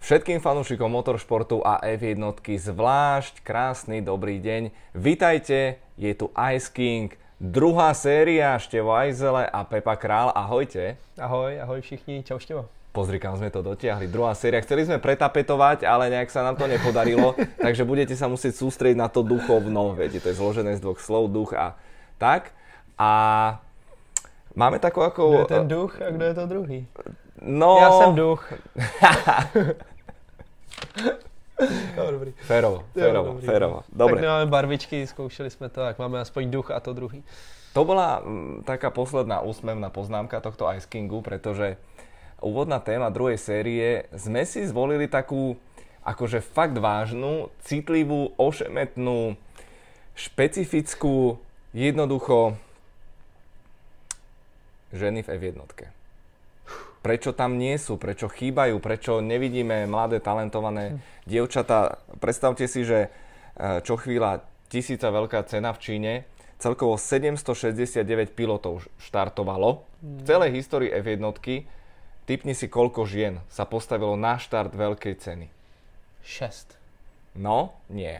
Všetkým fanúšikom motoršportu a F1 zvlášť krásny dobrý deň. Vítajte, je tu Ice King, druhá séria, Števo Ajzele a Pepa Král. Ahojte. Ahoj, ahoj všichni, čau Števo. Pozri, kam sme to dotiahli. Druhá séria. Chceli sme pretapetovať, ale nejak sa nám to nepodarilo, takže budete sa musieť sústrediť na to duchovno. Viete, to je zložené z dvoch slov, duch a tak. A máme takú ako... Kdo je ten duch a kdo je to druhý? No... Já jsem duch. No, dobrý. Férovo. Dobre. Tak nemáme barvičky, zkoušeli jsme to, tak máme aspoň duch a to druhý. To bola taká posledná úsmevná poznámka tohto Ice Kingu, pretože úvodná téma druhej série sme si zvolili takú akože fakt vážnu, citlivú, ošemetnú, špecifickú, jednoducho ženy v F1. Prečo tam nie sú, prečo chýbajú, prečo nevidíme mladé, talentované dievčatá. Predstavte si, že čo chvíľa 1000 veľká cena v Číne, celkovo 769 pilotov štartovalo. V celej histórii F1, tipni si, koľko žien sa postavilo na štart veľkej ceny. 6. No, nie.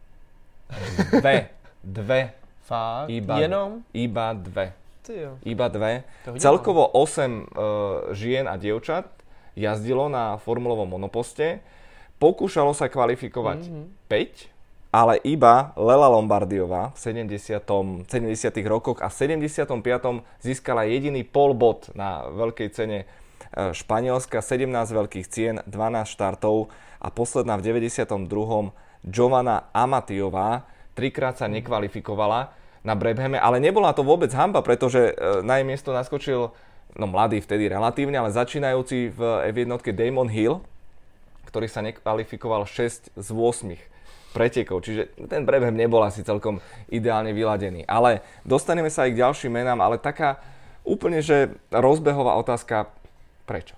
Dve. Fakt? Iba dve. Iba dve. Celkovo 8 žien a dievčat jazdilo na formulovom monoposte. Pokúšalo sa kvalifikovať 5, ale iba Lela Lombardiová v 70. rokoch a v 75. získala jediný polbod na veľkej cene Španielska, 17 veľkých cien, 12 štartov a posledná v 92. Giovanna Amatiová trikrát sa nekvalifikovala na Brabhame, ale nebola to vôbec hanba, pretože na jej miesto naskočil, no mladý vtedy relatívne, ale začínajúci v F1 Damon Hill, ktorý sa nekvalifikoval 6 z 8 pretekov, čiže ten Brabham nebol asi celkom ideálne vyladený. Ale dostaneme sa aj k ďalším menám, ale taká úplne, že rozbehová otázka, prečo?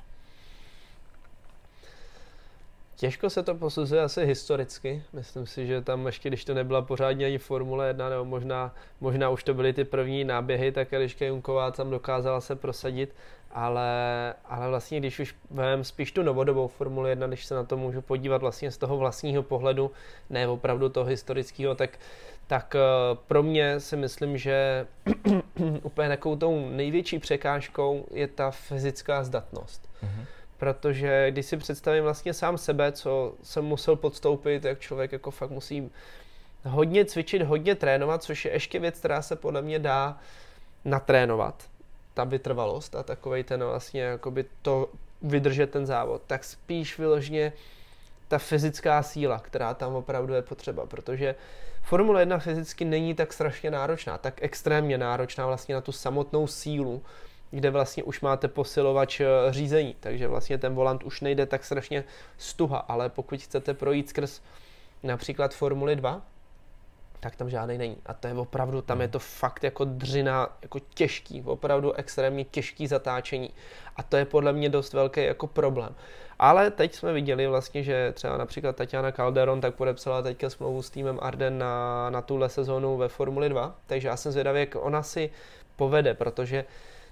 Těžko se to posuzuje asi historicky. Myslím si, že tam ještě, když to nebyla pořádně ani Formule 1, nebo možná už to byly ty první náběhy, tak Eliška Junková tam dokázala se prosadit, ale vlastně, když už vem spíš tu novodobou Formule 1, když se na to můžu podívat vlastně z toho vlastního pohledu, ne opravdu toho historického, tak pro mě si myslím, že úplně takovou tou největší překážkou je ta fyzická zdatnost. Protože když si představím vlastně sám sebe, co jsem musel podstoupit, jak člověk jako fakt musí hodně cvičit, hodně trénovat, což je ještě věc, která se podle mě dá natrénovat. Ta vytrvalost a takovej ten vlastně jakoby to vydržet ten závod, tak spíš vyloženě ta fyzická síla, která tam opravdu je potřeba, protože Formule 1 fyzicky není tak strašně náročná, tak extrémně náročná vlastně na tu samotnou sílu, kde vlastně už máte posilovač řízení, takže vlastně ten volant už nejde tak strašně stuha, ale pokud chcete projít skrz například Formuli 2, tak tam žádnej není. A to je opravdu, tam je to fakt jako dřina, jako těžký, opravdu extrémně těžký zatáčení. A to je podle mě dost velký jako problém. Ale teď jsme viděli vlastně, že třeba například Tatiana Calderon tak podepsala teďka smlouvu s týmem Arden na tuhle sezónu ve Formuli 2, takže já jsem zvědavý, jak ona si povede, protože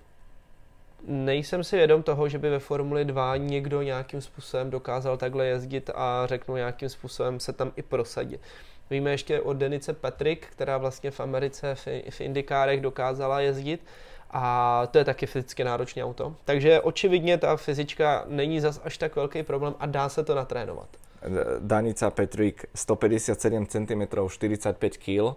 nejsem si vědom toho, že by ve Formuli 2 někdo nějakým způsobem dokázal takhle jezdit a řeknu nějakým způsobem se tam i prosadit. Víme ještě od Denice Patrick, která vlastně v Americe v IndyCarech dokázala jezdit a to je taky fyzicky náročné auto. Takže očividně ta fyzička není zas až tak velký problém a dá se to natrénovat. Danica Patrick 157 cm, 45 kg.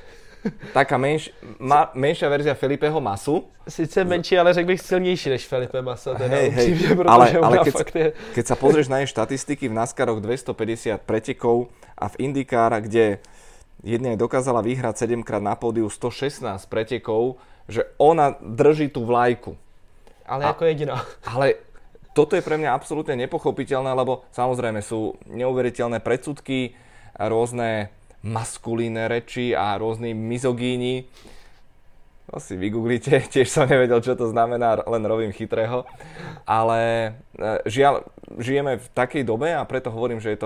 Taká menšia verzia Felipeho Massu. Sice menší, ale řekl bych silnější než Felipe Massa. Hej, ale keď sa pozrieš na jej štatistiky v NASCARoch 250 pretekov a v IndyCar, kde jedne dokázala vyhrať 7-krát na pódiu 116 pretekov, že ona drží tú vlajku. Ale ako jediná. Ale toto je pre mňa absolútne nepochopiteľné, lebo samozrejme sú neuveriteľné predsudky, rôzne maskulínne reči a rôzni mizogíni. To si vygooglite, tiež som nevedel, čo to znamená, len robím chytrého. Ale žiaľ, žijeme v takej dobe a preto hovorím, že je to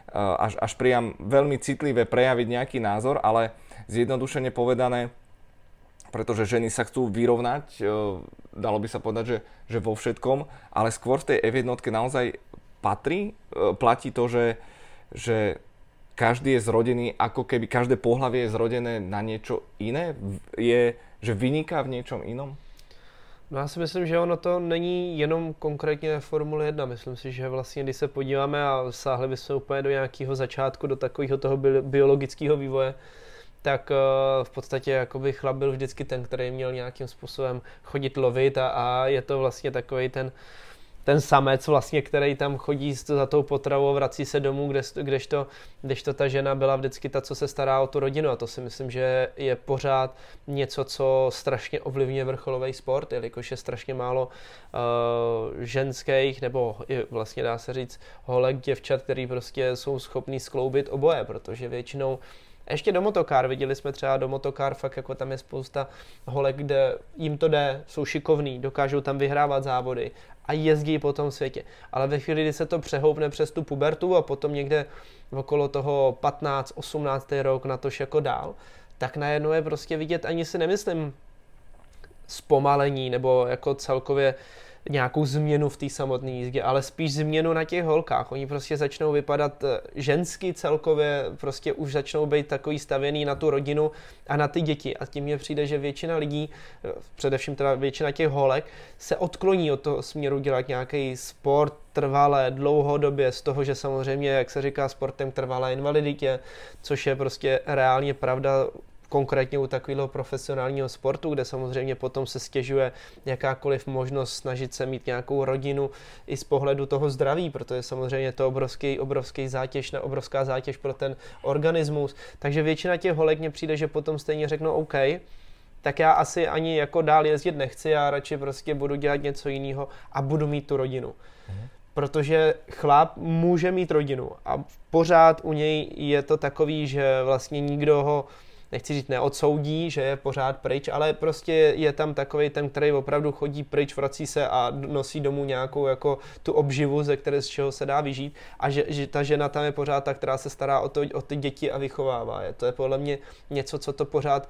až priam veľmi citlivé prejaviť nejaký názor, ale zjednodušene povedané, pretože ženy sa chcú vyrovnať, dalo by sa povedať, že vo všetkom, ale skôr v tej F1 naozaj platí to, že každý je zrodený, ako keby každé pohlavie je zrodené na niečo iné? Že vyniká v něčem inom? No já si myslím, že ono to není jenom konkrétně Formule 1. Myslím si, že vlastně, když se podíváme a sáhli bychom úplně do nějakého začátku, do takového toho biologického vývoje, tak v podstatě jakoby chlap byl vždycky ten, který měl nějakým způsobem chodit lovit a je to vlastně takovej ten samec vlastně, který tam chodí za tou potravou a vrací se domů, kdežto ta žena byla vždycky ta, co se stará o tu rodinu, a to si myslím, že je pořád něco, co strašně ovlivňuje vrcholový sport, jelikož je strašně málo ženských, nebo vlastně dá se říct holek, děvčat, který prostě jsou schopní skloubit oboje, protože většinou ještě do motokár, viděli jsme třeba do motokár, fakt jako tam je spousta holek, kde jim to jde, jsou šikovní, dokážou tam vyhrávat závody a jezdí po tom světě. Ale ve chvíli, kdy se to přehoupne přes tu pubertu a potom někde okolo toho 15, 18. rok na tož jako dál, tak najednou je prostě vidět, ani si nemyslím zpomalení nebo jako celkově nějakou změnu v té samotné jízdě, ale spíš změnu na těch holkách. Oni prostě začnou vypadat žensky celkově, prostě už začnou být takový stavěný na tu rodinu a na ty děti. A tím mně přijde, že většina lidí, především teda většina těch holek, se odkloní od toho směru dělat nějaký sport trvalé, dlouhodobě, z toho, že samozřejmě, jak se říká, sportem trvalé invaliditě, což je prostě reálně pravda, konkrétně u takového profesionálního sportu, kde samozřejmě potom se stěžuje jakákoliv možnost snažit se mít nějakou rodinu i z pohledu toho zdraví, protože samozřejmě to obrovská zátěž pro ten organismus. Takže většina těch holek mně přijde, že potom stejně řeknou OK, tak já asi ani jako dál jezdit nechci, já radši prostě budu dělat něco jiného a budu mít tu rodinu. Protože chlap může mít rodinu a pořád u něj je to takový, že vlastně nikdo ho, nechci říct neodsoudí, že je pořád pryč, ale prostě je tam takovej ten, který opravdu chodí pryč, vrací se a nosí domů nějakou jako tu obživu, z čeho se dá vyžít, a že ta žena tam je pořád ta, která se stará o ty děti a vychovává je. To je podle mě něco, co to pořád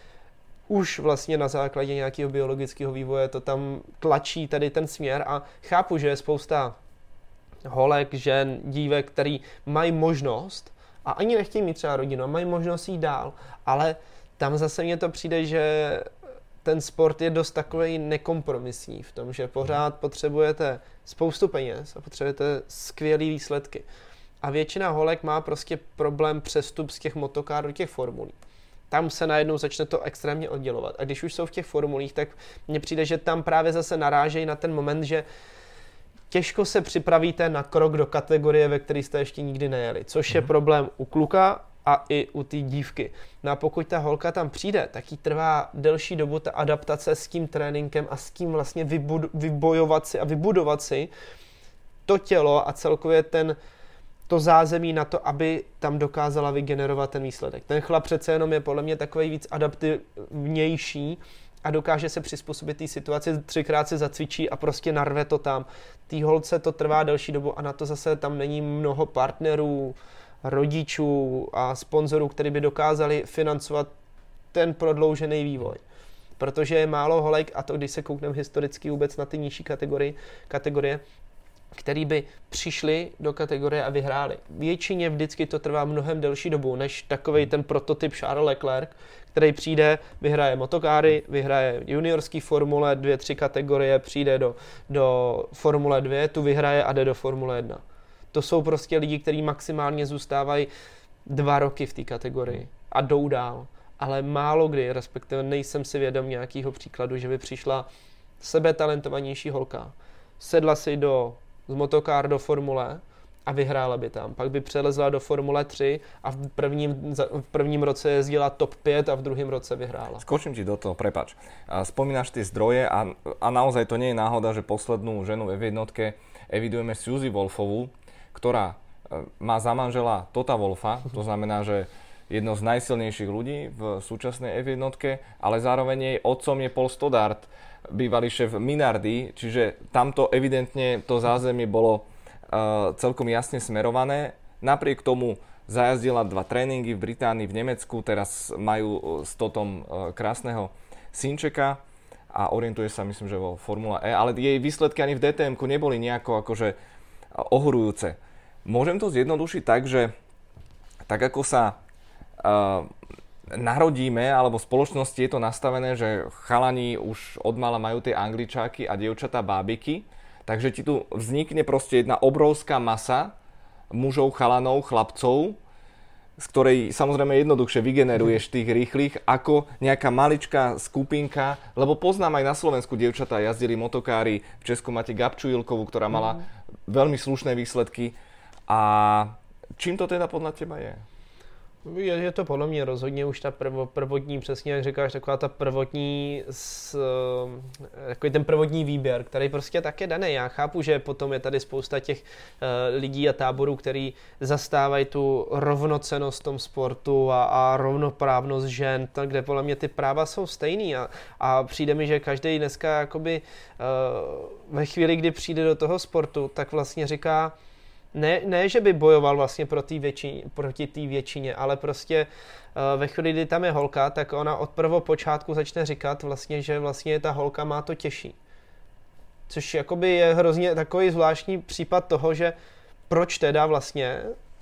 už vlastně na základě nějakého biologického vývoje to tam tlačí tady ten směr, a chápu, že je spousta holek, žen, dívek, který mají možnost a ani nechtějí mít třeba rodinu a mají možnost jít dál, ale tam zase mně to přijde, že ten sport je dost takovej nekompromisní v tom, že pořád potřebujete spoustu peněz a potřebujete skvělý výsledky. A většina holek má prostě problém přestup z těch motokár do těch formulí. Tam se najednou začne to extrémně oddělovat. A když už jsou v těch formulích, tak mně přijde, že tam právě zase narážejí na ten moment, že těžko se připravíte na krok do kategorie, ve které jste ještě nikdy nejeli, což je problém u kluka a i u té dívky. No a pokud ta holka tam přijde, tak jí trvá delší dobu ta adaptace s tím tréninkem a s tím vlastně vybojovat si a vybudovat si to tělo a celkově to zázemí na to, aby tam dokázala vygenerovat ten výsledek. Ten chlap přece jenom je podle mě takový víc adaptivnější a dokáže se přizpůsobit té situaci, 3krát se zacvičí a prostě narve to tam. Té holce to trvá delší dobu a na to zase tam není mnoho partnerů, rodičů a sponzorů, kteří by dokázali financovat ten prodloužený vývoj. Protože je málo holek, a to když se koukneme historicky vůbec na ty nižší kategorie, který by přišli do kategorie a vyhráli. Většině vždycky to trvá mnohem delší dobu, než takovej ten prototyp Charles Leclerc, který přijde, vyhraje motokáry, vyhraje juniorský formule, 2-3 kategorie, přijde do Formule 2, tu vyhraje a jde do Formule 1. To jsou prostě lidi, kteří maximálně zůstávají 2 roky v té kategorii a jdou dál. Ale málo kdy, respektive nejsem si vědom nějakého příkladu, že by přišla sebetalentovanější holka, sedla si z motokár do formule a vyhrála by tam. Pak by přelezla do Formule 3 a v prvním roce jezdila top 5 a v druhém roce vyhrála. Skočím ti do toho, prepáč. Spomínaš ty zdroje a naozaj to nie je náhoda, že poslednú ženu v jednotke evidujeme Suzy Wolfovú, ktorá má za manžela Tota Wolfa, to znamená, že jedno z najsilnejších ľudí v súčasnej F1, ale zároveň jej otcom je Paul Stoddart, bývalý šéf Minardi, čiže tamto evidentne to zázemie bolo celkom jasne smerované. Napriek tomu zajazdila 2 tréningy v Británii, v Nemecku, teraz majú s Totom krásneho synčeka a orientuje sa, myslím, že vo Formule E, ale jej výsledky ani v DTM-ku neboli nejako akože ohorujúce. Môžem to zjednodušiť tak, že tak ako sa narodíme, alebo v spoločnosti je to nastavené, že chalani už odmala majú tie angličáky a dievčatá bábiky, takže ti tu vznikne proste jedna obrovská masa mužov, chalanov, chlapcov, z ktorej samozrejme jednoduchšie vygeneruješ tých rýchlych, ako nejaká maličká skupinka, lebo poznám aj na Slovensku dievčatá jazdili motokári, v Česku máte Gabču Jilkovú, ktorá mala veľmi slušné výsledky. A čím to teda podľa teba je? Je to podle mě rozhodně už ta prvotní, přesně jak říkáš, taková ta prvotní, takový ten prvotní výběr, který prostě tak je daný. Já chápu, že potom je tady spousta těch lidí a táborů, který zastávají tu rovnocennost v tom sportu a rovnoprávnost žen, kde podle mě ty práva jsou stejný a přijde mi, že každý dneska jakoby ve chvíli, kdy přijde do toho sportu, tak vlastně říká, ne, že by bojoval vlastně proti té většině, ale prostě ve chvíli, kdy tam je holka, tak ona od prvopočátku začne říkat vlastně, že vlastně ta holka má to těžší. Což jakoby je hrozně takový zvláštní případ toho, že proč teda vlastně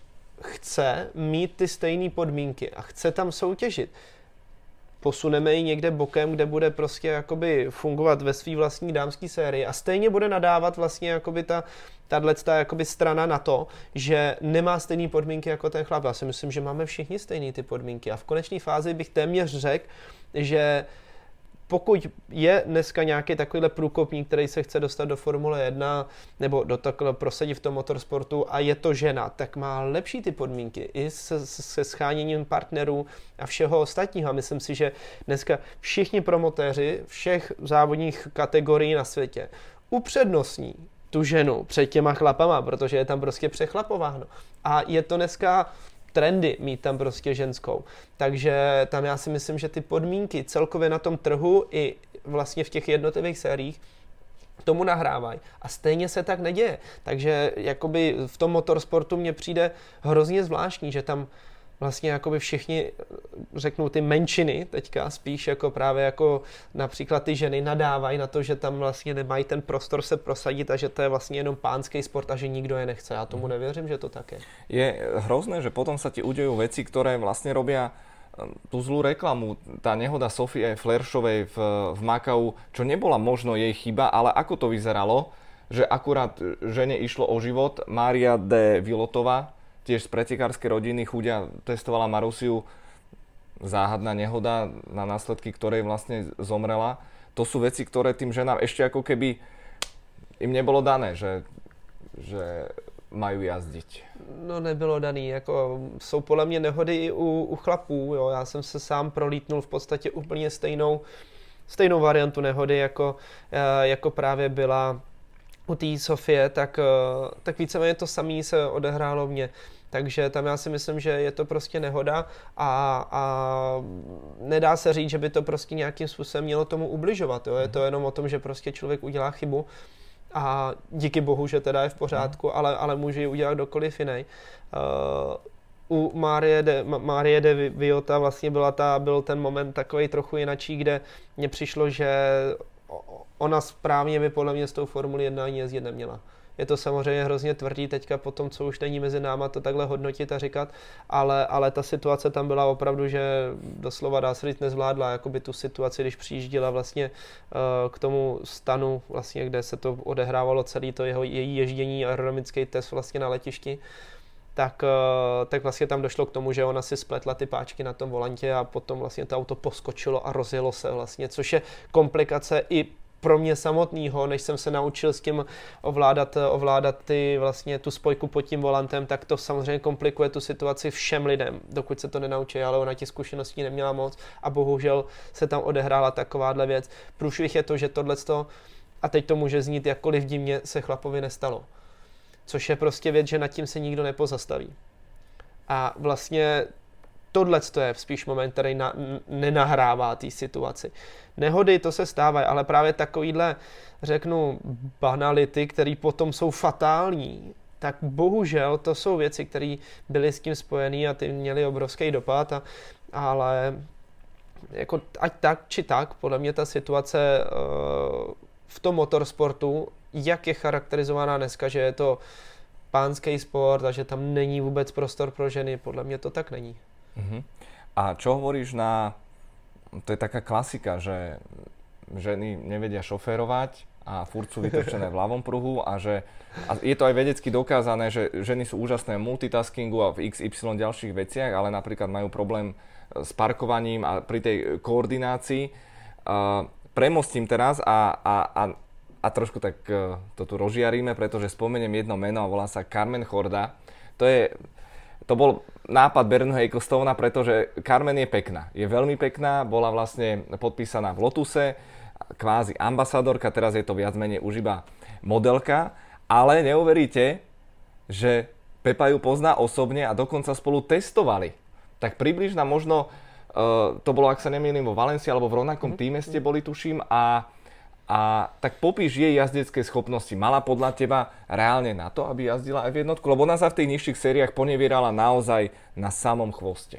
chce mít ty stejné podmínky a chce tam soutěžit. Posuneme ji někde bokem, kde bude prostě jakoby fungovat ve své vlastní dámské sérii a stejně bude nadávat vlastně jakoby tato jakoby strana na to, že nemá stejné podmínky jako ten chlap. Já si myslím, že máme všichni stejné ty podmínky a v konečné fázi bych téměř řekl, že pokud je dneska nějaký takovýhle průkopník, který se chce dostat do Formule 1 nebo do takhle prosadit v tom motorsportu a je to žena, tak má lepší ty podmínky i se scháněním partnerů a všeho ostatního. A myslím si, že dneska všichni promotéři všech závodních kategorií na světě upřednostní tu ženu před těma chlapama, protože je tam prostě přechlapováno. A je to dneska trendy mít tam prostě ženskou. Takže tam já si myslím, že ty podmínky celkově na tom trhu i vlastně v těch jednotlivých sériích tomu nahrávají. A stejně se tak neděje. Takže jakoby v tom motorsportu mně přijde hrozně zvláštní, že tam vlastně jakoby všichni, řeknu ty menšiny teďka spíš jako právě jako například ty ženy nadávají na to, že tam vlastně nemají ten prostor se prosadit a že to je vlastně jenom pánský sport a že nikdo je nechce. Já tomu nevěřím, že to tak je. Je hrozné, že potom sa ti udejú veci, ktoré vlastne robia tú zlú reklamu. Tá nehoda Sofie Fleršovej v Makau, čo nebola možno jej chyba, ale ako to vyzeralo, že akurát žene išlo o život. Mária de Vilotová, tiež z pretekárskej rodiny, chudia, testovala Marusiu, záhadná nehoda, na následky ktorej vlastne zomrela. To sú veci, ktoré tým ženám ešte ako keby im nebolo dané, že majú jazdiť. No nebylo daný, jako jsou podle mě nehody i u chlapů, jo. Já jsem se sám prolítnul v podstatě úplně stejnou variantu nehody, jako právě byla u té Sofie, tak víceméně to samé se odehrálo mně. Takže tam já si myslím, že je to prostě nehoda a nedá se říct, že by to prostě nějakým způsobem mělo tomu ubližovat. Jo? Je to jenom o tom, že prostě člověk udělá chybu a díky bohu, že teda je v pořádku, ale může ji udělat kdokoliv jiný. U Márie de Villota vlastně byl ten moment takovej trochu jinačí, kde mně přišlo, že ona správně by podle mě s tou Formuli 1 ani jezdit neměla. Je to samozřejmě hrozně tvrdý teďka po tom, co už není mezi náma, to takhle hodnotit a říkat, ale ta situace tam byla opravdu, že doslova dá se říct nezvládla, jakoby tu situaci, když přijížděla vlastně k tomu stanu, vlastně, kde se to odehrávalo celé to její ježdění, aerodynamický test vlastně na letišti, tak vlastně tam došlo k tomu, že ona si spletla ty páčky na tom volantě a potom vlastně to auto poskočilo a rozjelo se vlastně, což je komplikace i pro mě samotného, než jsem se naučil s tím ovládat ty vlastně tu spojku pod tím volantem, tak to samozřejmě komplikuje tu situaci všem lidem, dokud se to nenaučí, ale ona těch zkušeností neměla moc a bohužel se tam odehrála takováhle věc. Průšvih je to, že tohleto, a teď to může znít jakkoliv divně, se chlapovi nestalo. Což je prostě věc, že nad tím se nikdo nepozastaví. A vlastně tohle je spíš moment, který nenahrává té situaci. Nehody, to se stávají, ale právě takovýhle, řeknu, banality, které potom jsou fatální, tak bohužel to jsou věci, které byly s tím spojené a ty měly obrovský dopad, ale jako ať tak či tak, podle mě ta situace v tom motorsportu, jak je charakterizovaná dneska, že je to pánský sport a že tam není vůbec prostor pro ženy. Podle mě to tak není. A čo hovoríš na... To je taká klasika, že ženy nevedia šoférovať a furt sú vytočené v ľavom pruhu a je to aj vedecky dokázané, že ženy sú úžasné v multitaskingu a v XY ďalších veciach, ale napríklad majú problém s parkovaním a pri tej koordinácii. Premostím teraz a trošku tak to tu rozžiaríme, pretože spomeniem jedno meno a volá sa Carmen Chorda. To bol nápad Bernieho Ecclestona, pretože Carmen je pekná. Je veľmi pekná, bola vlastne podpísaná v Lotuse, kvázi ambasadorka, teraz je to viac menej už iba modelka, ale neuveríte, že Pepa ju pozná osobne a dokonca spolu testovali. Tak približ nám možno, to bolo, ak sa nemýlim, vo Valencii alebo v rovnakom týme ste boli, tuším, a tak popíš jej jazdecké schopnosti. Mala podľa teba reálne na to, aby jazdila aj v jednotku? Lebo ona sa v tých nižších sériách ponevierala naozaj na samom chvoste.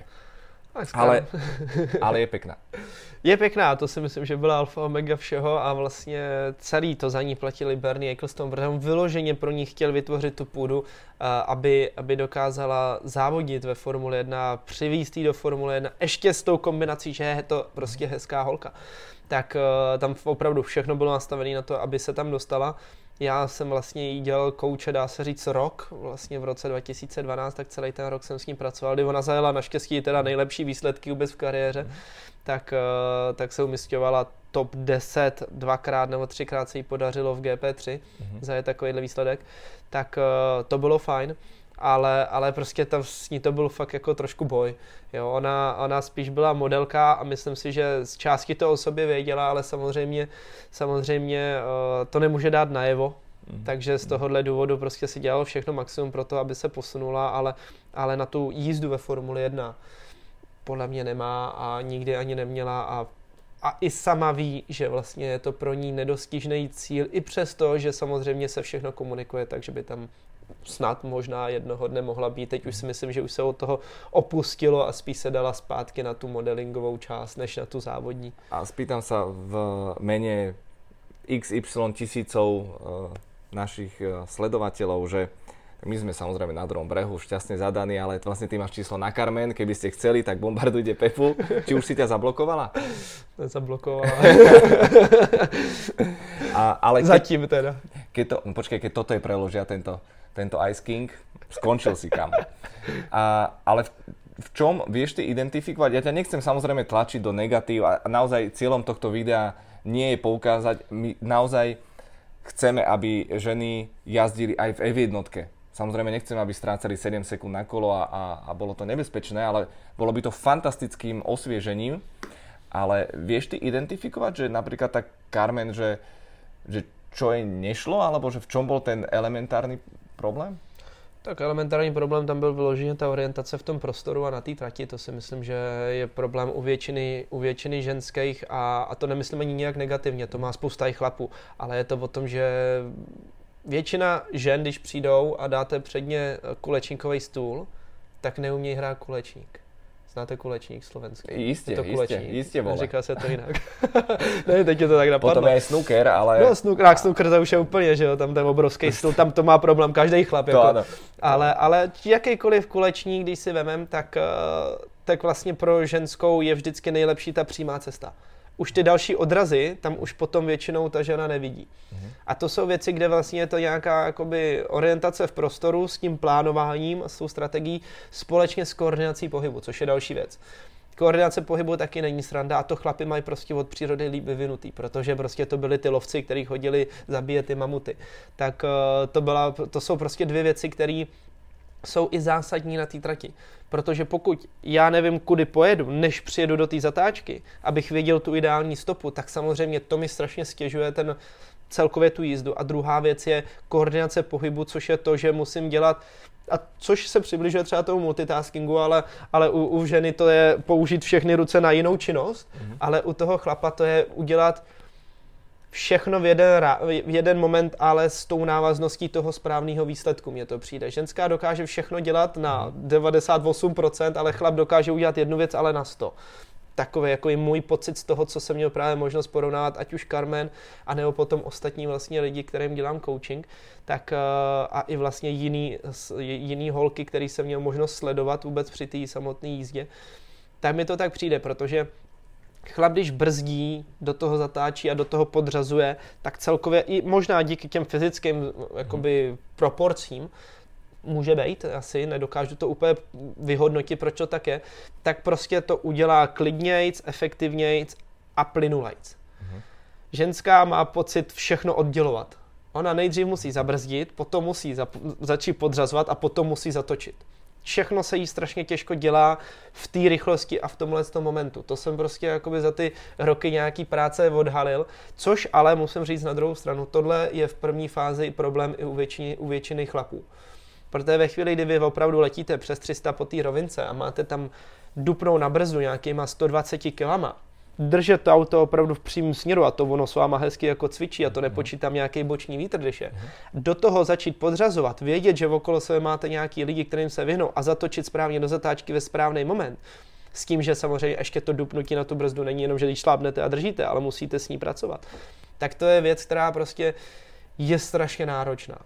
Ale je pekná. Je pekná, to si myslím, že byla alfa omega všeho a vlastně celý to za ní platili Bernie Ecclestone, protože on vyloženě pro ní chtěl vytvořit tu půdu, aby dokázala závodit ve Formule 1, přivést jí do Formule 1, ještě s tou kombinací, že je to prostě hezká holka. Tak tam opravdu všechno bylo nastavené na to, aby se tam dostala. Já jsem vlastně jí dělal kouče, dá se říct, rok, vlastně v roce 2012, tak celý ten rok jsem s ní pracoval. Kdy ona zajela naštěstí teda nejlepší výsledky vůbec v kariéře, tak se umisťovala top 10, dvakrát nebo třikrát se jí podařilo v GP3 zajet takovýhle výsledek, tak to bylo fajn. Ale prostě tam s ní to byl fakt jako trošku boj. Jo, ona spíš byla modelka a myslím si, že z části to o sobě věděla, ale samozřejmě to nemůže dát najevo. Takže z tohohle důvodu prostě si dělalo všechno maximum pro to, aby se posunula, ale na tu jízdu ve Formuli 1 podle mě nemá a nikdy ani neměla a i sama ví, že vlastně je to pro ní nedostižný cíl, i přesto, že samozřejmě se všechno komunikuje, takže by tam snad možná jednoho dne mohla být. Teď už si myslím, že už se od toho opustilo a spíš se dala zpátky na tu modelingovou část, než na tu závodní. A spýtam sa v mene XY tisícov našich sledovateľov, že my sme samozrejme na druhom brehu šťastne zadaní, ale vlastne ty máš číslo na Carmen, keby ste chceli, tak bombardujte Pepu. Či už si ťa zablokovala? Nezablokovala. Zatím teda. Keď toto je preložia, tento Ice King, skončil si kam. Ale v čom vieš ty identifikovať? Ja ťa nechcem samozrejme tlačiť do negatív a naozaj cieľom tohto videa nie je poukázať. My naozaj chceme, aby ženy jazdili aj v F1. Samozrejme nechcem, aby strácali 7 sekúnd na kolo a bolo to nebezpečné, ale bolo by to fantastickým osviežením. Ale vieš ty identifikovať, že napríklad tá Carmen, že čo jej nešlo, alebo že v čom bol ten elementárny problém? Tak elementární problém tam byl vyloženě ta orientace v tom prostoru a na té trati. To si myslím, že je problém u většiny ženských a to nemyslím ani nějak negativně, to má spousta i chlapů, ale je to o tom, že většina žen, když přijdou a dáte předně kulečníkový stůl, tak neumějí hrát kulečník. Znáte kulečník slovenský? Jistě, vole. Říká se to jinak. Ne, teď je to tak napadlo. Potom je snooker, ale... No, snooker to už je úplně, že jo, tam ten obrovský stůl, tam to má problém každý chlap. Jako. Ano. Ale jakýkoliv kulečník, když si vemem, tak vlastně pro ženskou je vždycky nejlepší ta přímá cesta. Už ty další odrazy, tam už potom většinou ta žena nevidí. A to jsou věci, kde vlastně je to nějaká jakoby orientace v prostoru s tím plánováním a s tou strategií společně s koordinací pohybu, což je další věc. Koordinace pohybu taky není sranda a to chlapi mají prostě od přírody líp vyvinutý, protože prostě to byli ty lovci, kteří chodili zabíjet ty mamuty. Tak to jsou prostě dvě věci, které jsou i zásadní na té trati. Protože pokud já nevím, kudy pojedu, než přijedu do té zatáčky, abych věděl tu ideální stopu, tak samozřejmě to mi strašně stěžuje celkově tu jízdu. A druhá věc je koordinace pohybu, což je to, že musím dělat, a což se přibližuje třeba tomu multitaskingu, ale u ženy to je použít všechny ruce na jinou činnost, ale u toho chlapa to je udělat všechno v jeden moment, ale s tou návazností toho správného výsledku mně to přijde. Ženská dokáže všechno dělat na 98%, ale chlap dokáže udělat jednu věc, ale na 100%. takový jako i můj pocit z toho, co jsem měl právě možnost porovnávat, ať už Carmen, anebo potom ostatní vlastně lidi, kterým dělám coaching, tak a i vlastně jiný holky, který jsem měl možnost sledovat vůbec při té samotné jízdě, tak mi to tak přijde, protože chlap, když brzdí, do toho zatáčí a do toho podřazuje, tak celkově i možná díky těm fyzickým jakoby proporcím, může být, asi nedokážu to úplně vyhodnotit, proč to tak je, tak prostě to udělá klidnějc, efektivnějc a plynulejc. Ženská má pocit všechno oddělovat. Ona nejdřív musí zabrzdit, potom musí začít podřazovat a potom musí zatočit. Všechno se jí strašně těžko dělá v té rychlosti a v tomhle momentu. To jsem prostě jakoby za ty roky nějaký práce odhalil, což ale musím říct na druhou stranu, tohle je v první fázi problém i u většiny chlapů. Protože ve chvíli, kdy vy opravdu letíte přes 300 po té rovince a máte tam dupnou na brzdu nějakýma 120 kilama, držet to auto opravdu v přímém směru a to ono s váma hezky jako cvičí a to nepočítám nějaký boční vítr, když je. Do toho začít podřazovat, vědět, že okolo sebe máte nějaký lidi, kterým se vyhnou a zatočit správně do zatáčky ve správný moment. S tím, že samozřejmě ještě to dupnutí na tu brzdu není jenom, že když šlápnete a držíte, ale musíte s ní pracovat. Tak to je věc, která prostě je strašně náročná.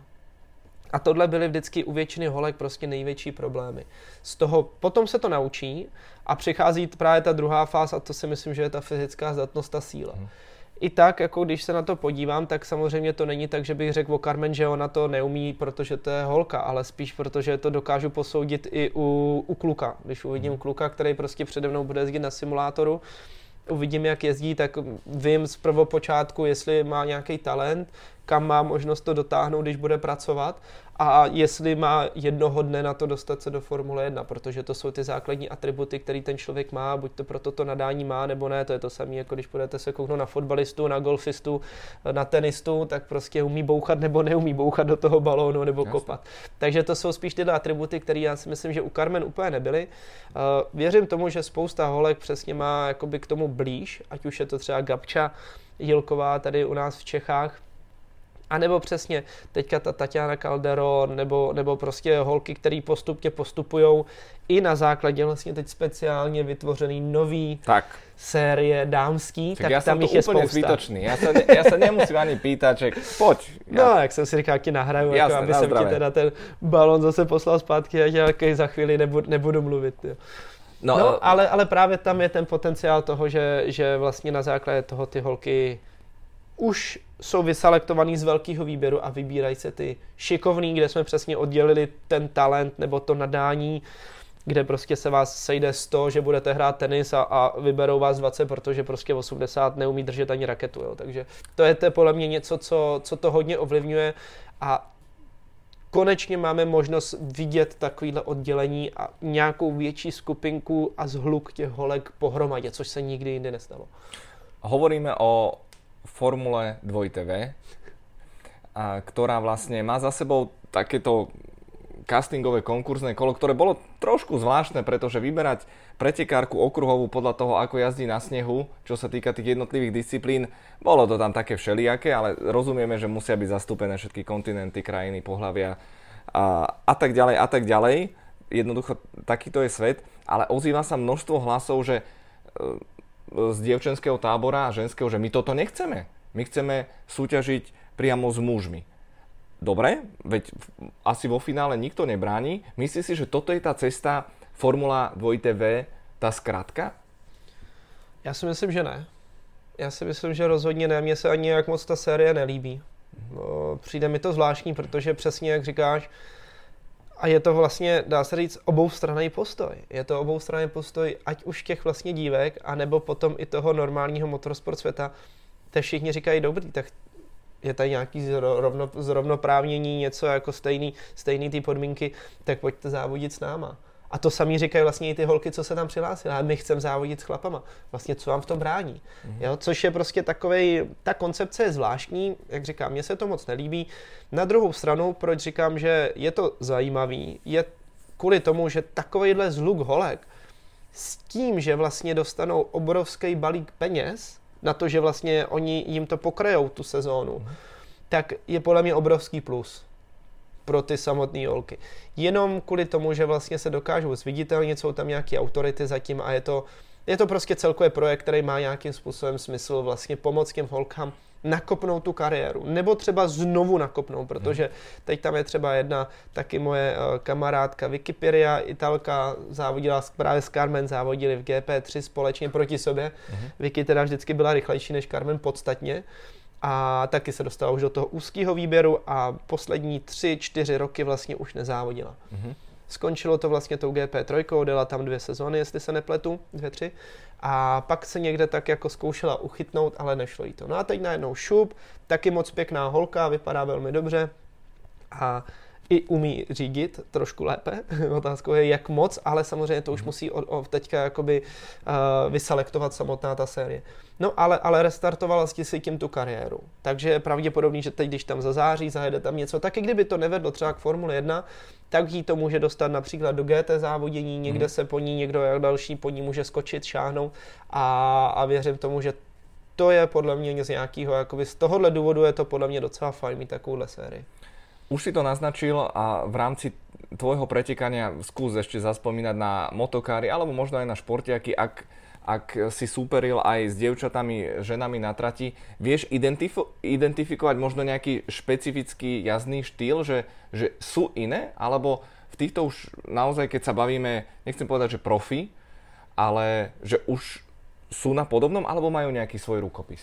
A tohle byly vždycky u většiny holek prostě největší problémy. Z toho potom se to naučí a přichází právě ta druhá fáze a to si myslím, že je ta fyzická zdatnost, ta síla. I tak, jako když se na to podívám, tak samozřejmě to není tak, že bych řekl o Carmen, že ona to neumí, protože to je holka, ale spíš protože to dokážu posoudit i u kluka. Když uvidím kluka, který prostě přede mnou bude jezdit na simulátoru, uvidím, jak jezdí, tak vím z prvopočátku, jestli má nějaký talent, kam má možnost to dotáhnout, když bude pracovat a jestli má jednoho dne na to dostat se do Formule 1, protože to jsou ty základní atributy, které ten člověk má, buď to proto to nadání má, nebo ne, to je to samé, jako když budete se kouknout na fotbalistu, na golfistu, na tenistu, tak prostě umí bouchat nebo neumí bouchat do toho balónu nebo kopat. Takže to jsou spíš tyhle atributy, které já si myslím, že u Carmen úplně nebyly. Věřím tomu, že spousta holek přesně má jakoby k tomu blíž, ať už je to třeba Gabča Jilková tady u nás v Čechách, a nebo přesně teďka ta Tatiana Calderon, nebo prostě holky, které postupně postupujou i na základě vlastně teď speciálně vytvořený nový série dámský, tak ja tam jich je spousta. Zbytočný. Ja sa nemusím ani pýtať, že poď. No, jak jsem si říkal, jak ti nahraju, jasne, jako, aby jsem ti teda ten balón zase poslal zpátky a nějaký za chvíli nebudu mluvit. Jo. No, ale právě tam je ten potenciál toho, že vlastně na základě toho ty holky už jsou vyselektovaný z velkého výběru a vybírají se ty šikovný, kde jsme přesně oddělili ten talent nebo to nadání, kde prostě se vás sejde 100, že budete hrát tenis a vyberou vás 20, protože prostě 80 neumí držet ani raketu. Jo. Takže to je podle mě něco, co to hodně ovlivňuje a konečně máme možnost vidět takovýhle oddělení a nějakou větší skupinku a zhluk těch holek pohromadě, což se nikdy jindy nestalo. Hovoríme o Formule 2TV, ktorá vlastne má za sebou takéto castingové konkurzné kolo, ktoré bolo trošku zvláštne, pretože vyberať pretekárku okruhovú podľa toho, ako jazdí na snehu, čo sa týka tých jednotlivých disciplín, bolo to tam také všelijaké, ale rozumieme, že musia byť zastúpené všetky kontinenty, krajiny, pohlavia a tak ďalej a tak ďalej. Jednoducho, takýto je svet, ale ozýva sa množstvo hlasov, že z dievčenského tábora a ženského, že my toto nechceme. My chceme súťažiť priamo s mužmi. Dobre, veď asi vo finále nikto nebráni. Myslíš si, že toto je tá cesta Formula 2TV, tá skratka? Já si myslím, že ne. Já si myslím, že rozhodně ne. Mně se ani jak moc ta série nelíbí. Přijde mi to zvláštní, protože přesně jak říkáš, a je to vlastně, dá se říct, oboustranný postoj. Je to oboustranný postoj, ať už těch vlastně dívek, anebo potom i toho normálního motorsport světa. Te všichni říkají, dobrý, tak je tady nějaký zrovnoprávnění, něco jako stejný ty podmínky, tak pojďte závodit s náma. A to samý říkají vlastně i ty holky, co se tam přihlásily. A my chceme závodit s chlapama. Vlastně co vám v tom brání. Jo? Což je prostě ta koncepce je zvláštní, jak říkám, mně se to moc nelíbí. Na druhou stranu, proč říkám, že je to zajímavý, je kvůli tomu, že takovejhle zhluk holek s tím, že vlastně dostanou obrovský balík peněz na to, že vlastně oni jim to pokrajou tu sezónu, tak je podle mě obrovský plus pro ty samotné holky. Jenom kvůli tomu, že vlastně se dokážou zviditelnit, jsou tam nějaké autority zatím a je to je to prostě celkově projekt, který má nějakým způsobem smysl vlastně pomoct těm holkám nakopnout tu kariéru, nebo třeba znovu nakopnout, protože teď tam je třeba jedna taky moje kamarádka Vicky Piria, Italka, závodila právě s Carmen, závodili v GP3 společně proti sobě. Vicky teda vždycky byla rychlejší než Carmen podstatně a taky se dostala už do toho úzkého výběru a poslední 3-4 roky vlastně už nezávodila. Skončilo to vlastně tou GP3, odjela tam 2 sezóny, jestli se nepletu, 2-3. A pak se někde tak jako zkoušela uchytnout, ale nešlo jí to. No a teď najednou šup, taky moc pěkná holka, vypadá velmi dobře a i umí řídit trošku lépe. Otázkou je, jak moc, ale samozřejmě to už musí teďka jakoby vyselektovat samotná ta série. No ale restartovala si tím tu kariéru. Takže je pravděpodobný, že teď, když tam zazáří, zajede tam něco, tak i kdyby to nevedlo třeba k Formule 1, tak jí to může dostat například do GT závodění, někde se po ní někdo další po ní může skočit, šáhnout a věřím tomu, že to je podle mě z nějakého, jakoby z tohohle důvodu je to podle mě docela fajn mít takovouhle sérii. Už si to naznačil a v rámci tvojho pretekania skús ešte zaspomínať na motokári alebo možno aj na športiaky, ak si súperil aj s dievčatami, ženami na trati. Vieš identifikovať možno nejaký špecifický jazdný štýl, že sú iné? Alebo v týchto už naozaj, keď sa bavíme, nechcem povedať, že profi, ale že už sú na podobnom alebo majú nejaký svoj rukopis?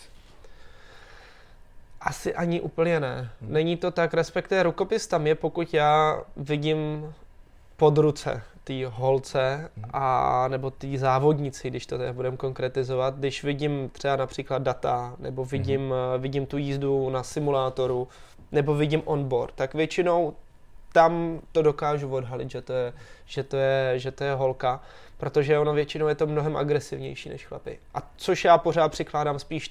Asi ani úplně ne. Není to tak, respektive rukopis tam je, pokud já vidím pod ruce té holce a nebo té závodnici, když to budeme konkretizovat, když vidím třeba například data, nebo vidím tu jízdu na simulátoru, nebo vidím onboard, tak většinou tam to dokážu odhalit, že to je holka, protože ono většinou je to mnohem agresivnější než chlapi. A což já pořád přikládám spíš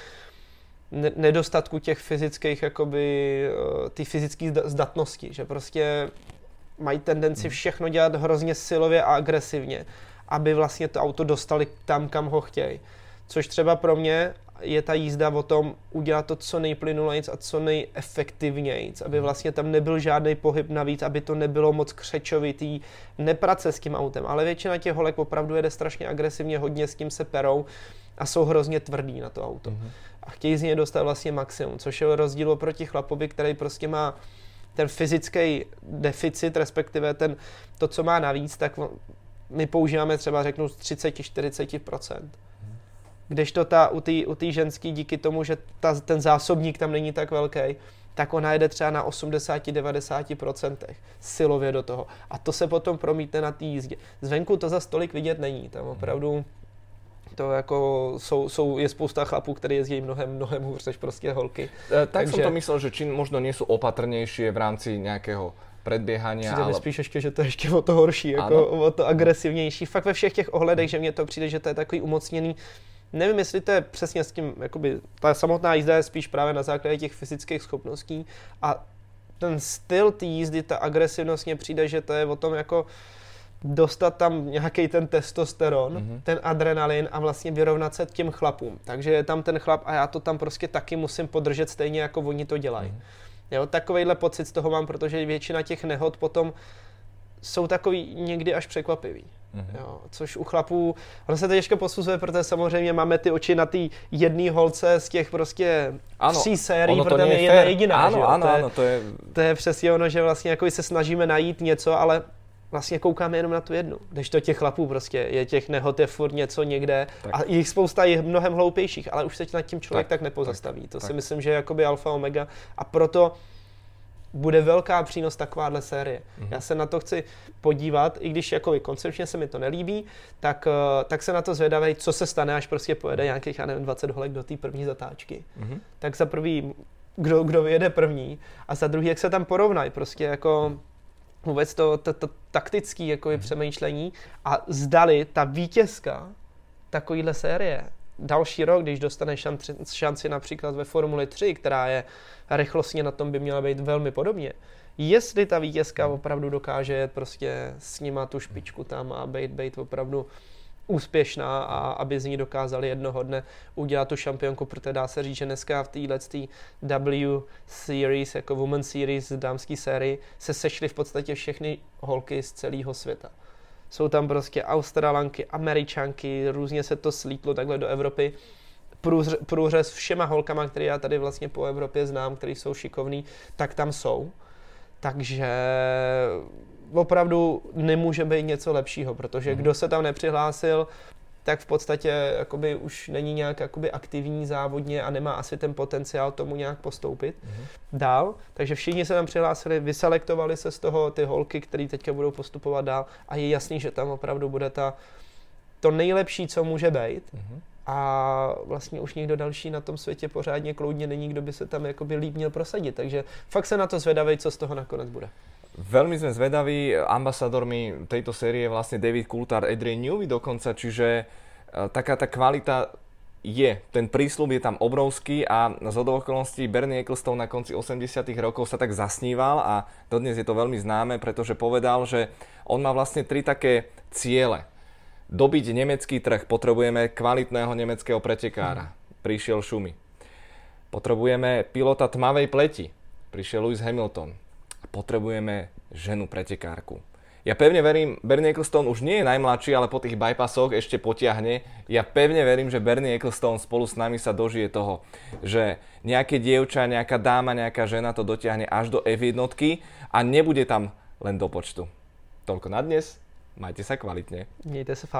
nedostatku těch fyzických, jakoby, ty fyzické zdatnosti, že prostě mají tendenci všechno dělat hrozně silově a agresivně, aby vlastně to auto dostali tam, kam ho chtějí. Což třeba pro mě je ta jízda o tom udělat to co nejplynulejc a co nejefektivnějc, aby vlastně tam nebyl žádný pohyb navíc, aby to nebylo moc křečovitý, neprace s tím autem, ale většina těch holek opravdu jede strašně agresivně, hodně s tím se perou a jsou hrozně tvrdý na to auto. A chtějí z něj dostat vlastně maximum, což je rozdíl oproti chlapovi, který prostě má ten fyzický deficit, respektive to, co má navíc, tak my používáme třeba, řeknu, z 30-40%. Kdežto u té ženský díky tomu, že ten zásobník tam není tak velký, tak ona jede třeba na 80-90% silově do toho. A to se potom promítne na té jízdě. Zvenku to za tolik vidět není, tam opravdu to jako je spousta chlapů, kteří jezdí mnohem hůř než prostě holky. Tak som to myslel, že či možno nie sú opatrnejšie v rámci nejakého predbiehania. Přijde mi spíš ještě, že to je ještě o to horší, jako o to agresivnější. Fakt ve všech těch ohledech, že mně to přijde, že to je takový umocněný. Nevím, jestli to je přesně s tím, jakoby, ta samotná jízda je spíš právě na základě těch fyzických schopností a ten styl té jízdy, ta agresivnost mně přijde, že to je o tom jako dostat tam nějaký ten testosteron, ten adrenalin a vlastně vyrovnat se těm chlapům. Takže je tam ten chlap a já to tam prostě taky musím podržet stejně, jako oni to dělají. Jo, takovejhle pocit z toho mám, protože většina těch nehod potom jsou takový někdy až překvapivý. Jo, což u chlapů, ono se to těžko posuzuje, protože samozřejmě máme ty oči na té jedné holce z těch prostě 3 sérií, protože je jedna jediná. Ano, to je přesně ono, že vlastně jako se snažíme najít něco, ale vlastně koukáme jenom na tu jednu. Kdežto těch chlapů prostě je těch nehod je furt něco někde tak. A jich spousta je mnohem hloupějších, ale už se nad tím člověk tak nepozastaví. To si myslím, že je jakoby alfa omega a proto bude velká přínos takováhle série. Já se na to chci podívat, i když jakoby koncepčně se mi to nelíbí, tak se na to zvědavej, co se stane, až prostě pojede nějakých, 20 holek do té první zatáčky. Tak za prvý, kdo vyjede první a za druhý, jak se tam porovnají, prostě jako vůbec to taktické jakoby přemýšlení a zdali ta vítězka takovýhle série další rok, když dostane šanci například ve Formuli 3, která je rychlostně na tom by měla být velmi podobně, jestli ta vítězka opravdu dokáže jet prostě s nima tu špičku tam a být opravdu úspěšná a aby z ní dokázali jednoho dne udělat tu šampionku, protože dá se říct, že dneska v této W Series, jako Women Series, dámský sérii, se sešly v podstatě všechny holky z celého světa. Jsou tam prostě Australanky, Američanky, různě se to slítlo takhle do Evropy. Průřez všema holkama, které já tady vlastně po Evropě znám, který jsou šikovný, tak tam jsou. Takže opravdu nemůže být něco lepšího, protože kdo se tam nepřihlásil, tak v podstatě jakoby už není nějak jakoby aktivní závodně a nemá asi ten potenciál tomu nějak postoupit dál. Takže všichni se tam přihlásili, vyselektovali se z toho ty holky, které teďka budou postupovat dál a je jasný, že tam opravdu bude to nejlepší, co může být. A vlastně už nikdo další na tom světě pořádně kloudně není, kdo by se tam jakoby líp měl prosadit. Takže fakt se na to zvedavej, co z toho nakonec bude. Veľmi sme zvedaví, ambasadormi tejto série je vlastne David Coulthard, Adrian Newey dokonca, čiže taká tá kvalita je, ten prísľub je tam obrovský a z okolností Bernie Ecclestone na konci 80. rokov sa tak zasníval a dodnes je to veľmi známe, pretože povedal, že on má vlastne 3 také ciele. Dobiť nemecký trh, potrebujeme kvalitného nemeckého pretekára, prišiel Schumi. Potrebujeme pilota tmavej pleti, prišiel Lewis Hamilton. Potrebujeme ženu pretekárku. Ja pevne verím, Bernie Ecclestone už nie je najmladší, ale po tých bypassoch ešte potiahne. Ja pevne verím, že Bernie Ecclestone spolu s nami sa dožije toho, že nejaké dievča, nejaká dáma, nejaká žena to dotiahne až do F1 a nebude tam len do počtu. Toľko na dnes. Majte sa kvalitne. Mějte se fajn.